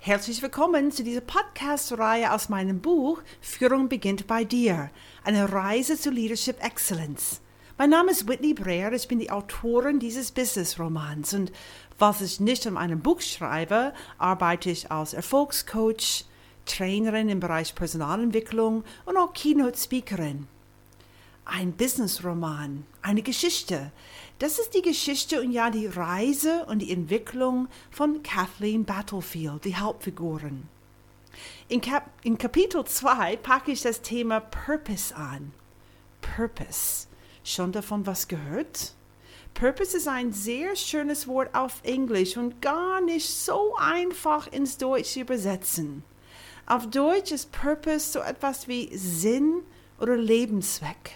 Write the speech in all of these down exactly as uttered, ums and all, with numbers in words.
Herzlich willkommen zu dieser Podcast-Reihe aus meinem Buch Führung beginnt bei dir, eine Reise zu Leadership Excellence. Mein Name ist Whitney Breer, ich bin die Autorin dieses Business-Romans und falls ich nicht an einem Buch schreibe, arbeite ich als Erfolgscoach, Trainerin im Bereich Personalentwicklung und auch Keynote-Speakerin. Ein Business-Roman, eine Geschichte. Das ist die Geschichte und ja die Reise und die Entwicklung von Kathleen Battlefield, die Hauptfiguren. In, Kap- in Kapitel zwei packe ich das Thema Purpose an. Purpose. Schon davon was gehört? Purpose ist ein sehr schönes Wort auf Englisch und gar nicht so einfach ins Deutsch zu übersetzen. Auf Deutsch ist Purpose so etwas wie Sinn oder Lebenszweck.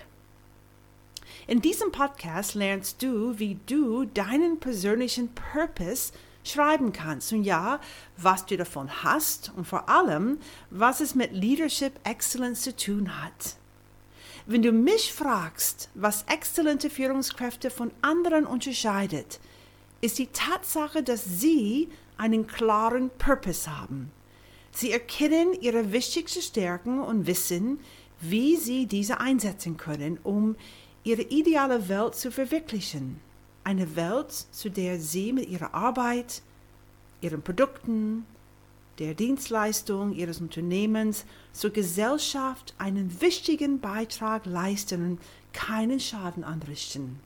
In diesem Podcast lernst du, wie du deinen persönlichen Purpose schreiben kannst und ja, was du davon hast und vor allem, was es mit Leadership Excellence zu tun hat. Wenn du mich fragst, was exzellente Führungskräfte von anderen unterscheidet, ist die Tatsache, dass sie einen klaren Purpose haben. Sie erkennen ihre wichtigsten Stärken und wissen, wie sie diese einsetzen können, um ihre ideale Welt zu verwirklichen. Eine Welt, zu der sie mit ihrer Arbeit, ihren Produkten, der Dienstleistung ihres Unternehmens zur Gesellschaft einen wichtigen Beitrag leisten und keinen Schaden anrichten.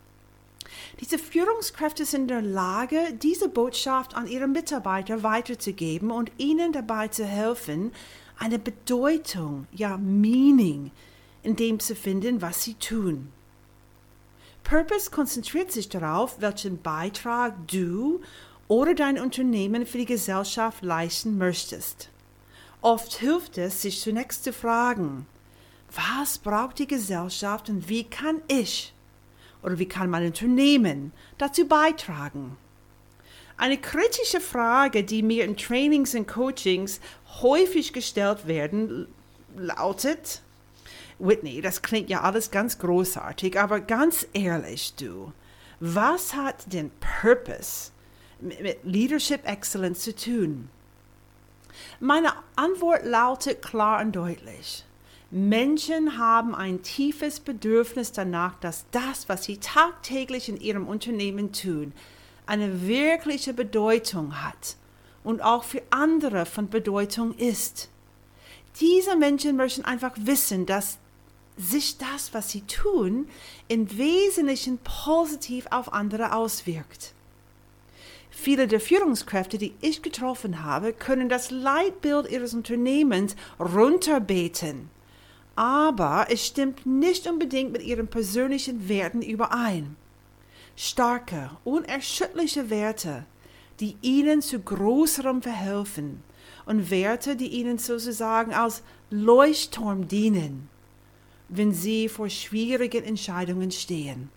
Diese Führungskräfte sind in der Lage, diese Botschaft an ihre Mitarbeiter weiterzugeben und ihnen dabei zu helfen, eine Bedeutung, ja Meaning, in dem zu finden, was sie tun. Purpose konzentriert sich darauf, welchen Beitrag du oder dein Unternehmen für die Gesellschaft leisten möchtest. Oft hilft es, sich zunächst zu fragen, was braucht die Gesellschaft und wie kann ich oder wie kann mein Unternehmen dazu beitragen? Eine kritische Frage, die mir in Trainings und Coachings häufig gestellt werden, lautet, Whitney, das klingt ja alles ganz großartig, aber ganz ehrlich, du, was hat denn Purpose mit, mit Leadership Excellence zu tun? Meine Antwort lautet klar und deutlich. Menschen haben ein tiefes Bedürfnis danach, dass das, was sie tagtäglich in ihrem Unternehmen tun, eine wirkliche Bedeutung hat und auch für andere von Bedeutung ist. Diese Menschen möchten einfach wissen, dass sich das, was sie tun, im Wesentlichen positiv auf andere auswirkt. Viele der Führungskräfte, die ich getroffen habe, können das Leitbild ihres Unternehmens runterbeten, aber es stimmt nicht unbedingt mit ihren persönlichen Werten überein. Starke, unerschütterliche Werte, die ihnen zu Größerem verhelfen und Werte, die ihnen sozusagen als Leuchtturm dienen, wenn sie vor schwierigen Entscheidungen stehen.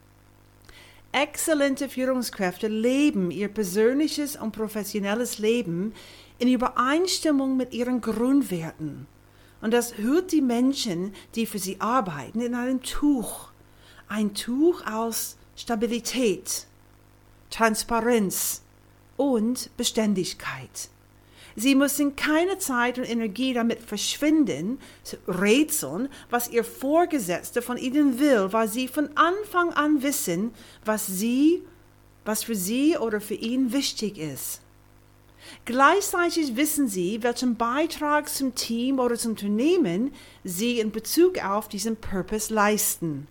Exzellente Führungskräfte leben ihr persönliches und professionelles Leben in Übereinstimmung mit ihren Grundwerten. Und das hüllt die Menschen, die für sie arbeiten, in einem Tuch. Ein Tuch aus Stabilität, Transparenz und Beständigkeit. Sie müssen keine Zeit und Energie damit verschwinden, zu rätseln, was ihr Vorgesetzter von ihnen will, weil sie von Anfang an wissen, was sie, was für sie oder für ihn wichtig ist. Gleichzeitig wissen sie, welchen Beitrag zum Team oder zum Unternehmen sie in Bezug auf diesen Purpose leisten.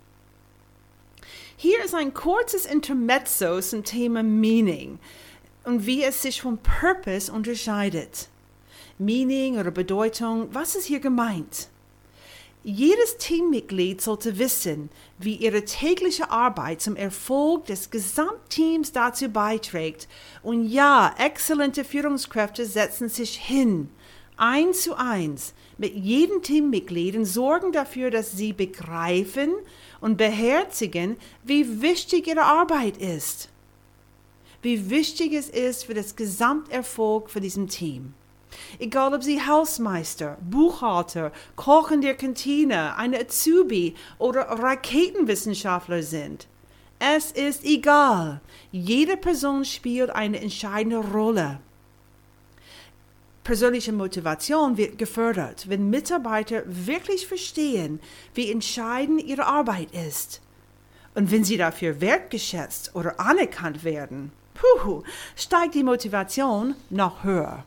Hier ist ein kurzes Intermezzo zum Thema Meaning und wie es sich vom Purpose unterscheidet. Meaning oder Bedeutung, was ist hier gemeint? Jedes Teammitglied sollte wissen, wie ihre tägliche Arbeit zum Erfolg des Gesamtteams dazu beiträgt. Und ja, exzellente Führungskräfte setzen sich hin, eins zu eins, mit jedem Teammitglied und sorgen dafür, dass sie begreifen und beherzigen, wie wichtig ihre Arbeit ist. Wie wichtig es ist für das Gesamterfolg für diesem Team. Egal ob Sie Hausmeister, Buchhalter, Koch in der Kantine, eine Azubi oder Raketenwissenschaftler sind. Es ist egal. Jede Person spielt eine entscheidende Rolle. Persönliche Motivation wird gefördert, wenn Mitarbeiter wirklich verstehen, wie entscheidend ihre Arbeit ist. Und wenn sie dafür wertgeschätzt oder anerkannt werden, puh, steigt die Motivation noch höher.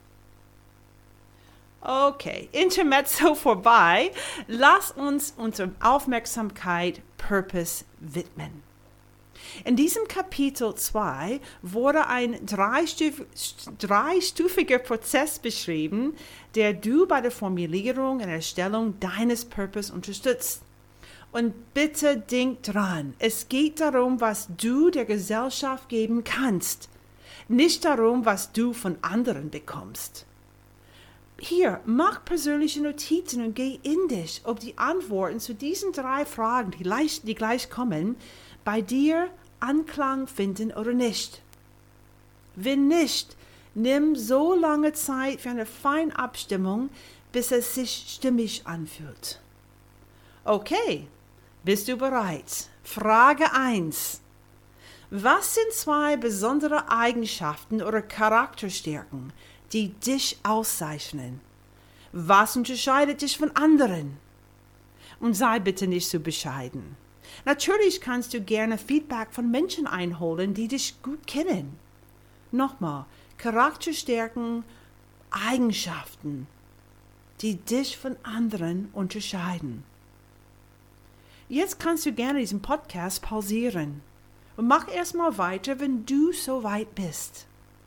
Okay, Intermezzo vorbei. Lass uns unsere Aufmerksamkeit Purpose widmen. In diesem Kapitel zwei wurde ein dreistuf- dreistufiger Prozess beschrieben, der du bei der Formulierung und Erstellung deines Purpose unterstützt. Und bitte denk dran, es geht darum, was du der Gesellschaft geben kannst, nicht darum, was du von anderen bekommst. Hier, mach persönliche Notizen und geh in dich, ob die Antworten zu diesen drei Fragen, die gleich, die gleich kommen, bei dir Anklang finden oder nicht. Wenn nicht, nimm so lange Zeit für eine Feinabstimmung, bis es sich stimmig anfühlt. Okay, bist du bereit? Frage eins. Was sind zwei besondere Eigenschaften oder Charakterstärken, die dich auszeichnen? Was unterscheidet dich von anderen? Und sei bitte nicht so bescheiden. Natürlich kannst du gerne Feedback von Menschen einholen, die dich gut kennen. Nochmal, Charakterstärken, Eigenschaften, die dich von anderen unterscheiden. Jetzt kannst du gerne diesen Podcast pausieren und mach erstmal weiter, wenn du so weit bist.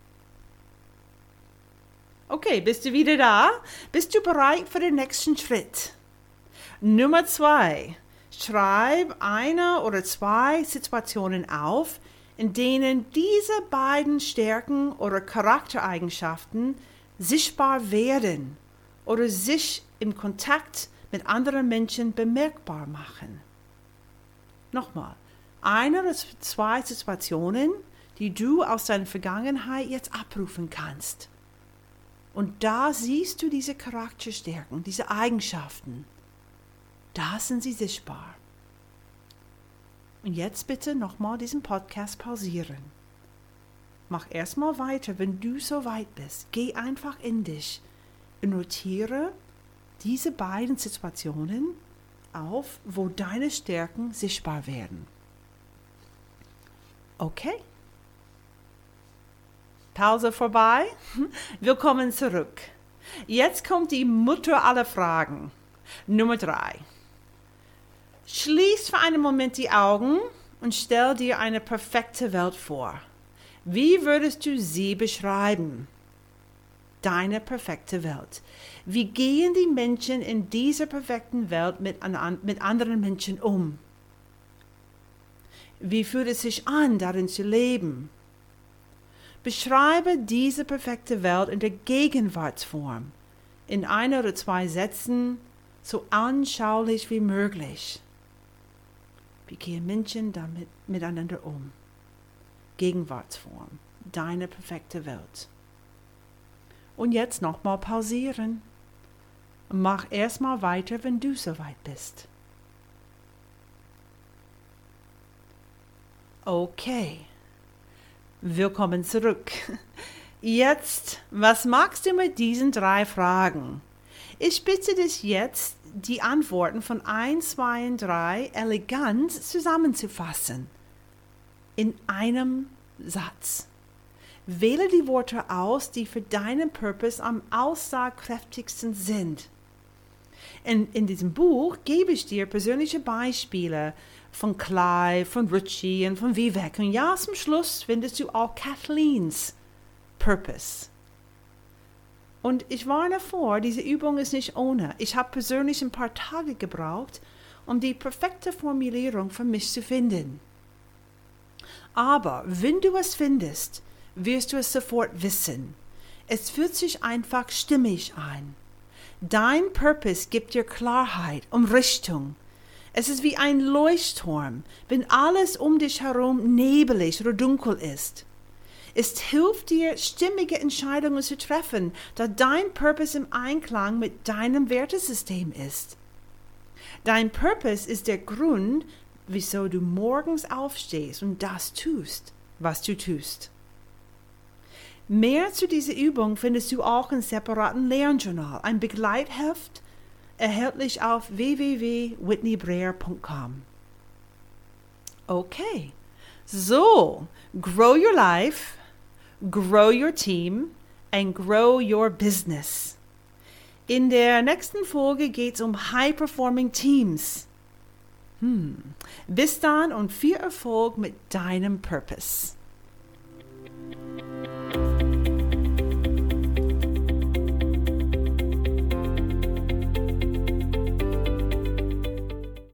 Okay, bist du wieder da? Bist du bereit für den nächsten Schritt? Nummer zwei. Schreib eine oder zwei Situationen auf, in denen diese beiden Stärken oder Charaktereigenschaften sichtbar werden oder sich im Kontakt mit anderen Menschen bemerkbar machen. Nochmal, eine oder zwei Situationen, die du aus deiner Vergangenheit jetzt abrufen kannst. Und da siehst du diese Charakterstärken, diese Eigenschaften. Da sind sie sichtbar. Und jetzt bitte nochmal diesen Podcast pausieren. Mach erstmal weiter, wenn du so weit bist. Geh einfach in dich und notiere diese beiden Situationen auf, wo deine Stärken sichtbar werden. Okay? Pause vorbei. Willkommen zurück. Jetzt kommt die Mutter aller Fragen. Nummer drei. Schließ für einen Moment die Augen und stell dir eine perfekte Welt vor. Wie würdest du sie beschreiben? Deine perfekte Welt. Wie gehen die Menschen in dieser perfekten Welt mit, an, mit anderen Menschen um? Wie fühlt es sich an, darin zu leben? Beschreibe diese perfekte Welt in der Gegenwartsform, in ein oder zwei Sätzen, so anschaulich wie möglich. Wie gehen Menschen damit miteinander um? Gegenwartsform, deine perfekte Welt. Und jetzt nochmal pausieren. Und mach erstmal weiter, wenn du soweit bist. Okay. Willkommen zurück. Jetzt, was magst du mit diesen drei Fragen? Ich bitte dich jetzt, die Antworten von eins, zwei und drei elegant zusammenzufassen. In einem Satz. Wähle die Worte aus, die für deinen Purpose am aussagekräftigsten sind. In, in diesem Buch gebe ich dir persönliche Beispiele von Clive, von Richie und von Vivek. Und ja, zum Schluss findest du auch Kathleen's Purpose. Und ich warne vor, diese Übung ist nicht ohne. Ich habe persönlich ein paar Tage gebraucht, um die perfekte Formulierung für mich zu finden. Aber wenn du es findest, wirst du es sofort wissen. Es fühlt sich einfach stimmig an. Dein Purpose gibt dir Klarheit und Richtung. Es ist wie ein Leuchtturm, wenn alles um dich herum nebelig oder dunkel ist. Es hilft dir, stimmige Entscheidungen zu treffen, da dein Purpose im Einklang mit deinem Wertesystem ist. Dein Purpose ist der Grund, wieso du morgens aufstehst und das tust, was du tust. Mehr zu dieser Übung findest du auch im separaten Lernjournal, ein Begleitheft, erhältlich auf w w w punkt whitney breer punkt com. Okay, so, grow your life, grow your team and grow your business. In der nächsten Folge geht es um High-Performing Teams. Hm. Bis dann und viel Erfolg mit deinem Purpose.